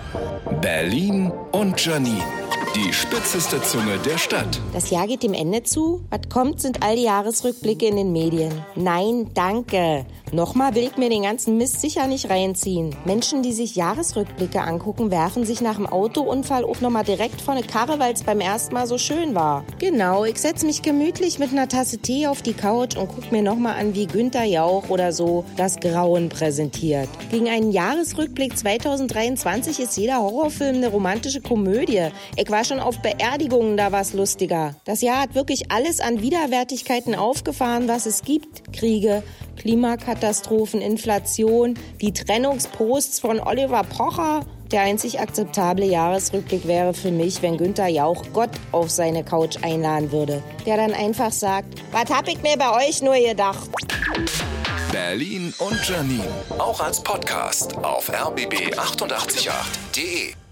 Berlin und Janine. Die spitzeste Zunge der Stadt. Das Jahr geht dem Ende zu. Was kommt, sind all die Jahresrückblicke in den Medien. Nein, danke. Nochmal will ich mir den ganzen Mist sicher nicht reinziehen. Menschen, die sich Jahresrückblicke angucken, werfen sich nach dem Autounfall auch nochmal direkt vor eine Karre, weil es beim ersten Mal so schön war. Genau, ich setze mich gemütlich mit einer Tasse Tee auf die Couch und guck mir nochmal an, wie Günther Jauch oder so das Grauen präsentiert. Gegen einen Jahresrückblick 2023 ist jeder Horrorfilm eine romantische Komödie. Ich war schon auf Beerdigungen, da war's lustiger. Das Jahr hat wirklich alles an Widerwärtigkeiten aufgefahren, was es gibt. Kriege, Klimakatastrophen, Inflation, die Trennungsposts von Oliver Pocher. Der einzig akzeptable Jahresrückblick wäre für mich, wenn Günther Jauch Gott auf seine Couch einladen würde. Der dann einfach sagt, was hab ich mir bei euch nur gedacht? Berlin und Janine. Auch als Podcast auf rbb888.de.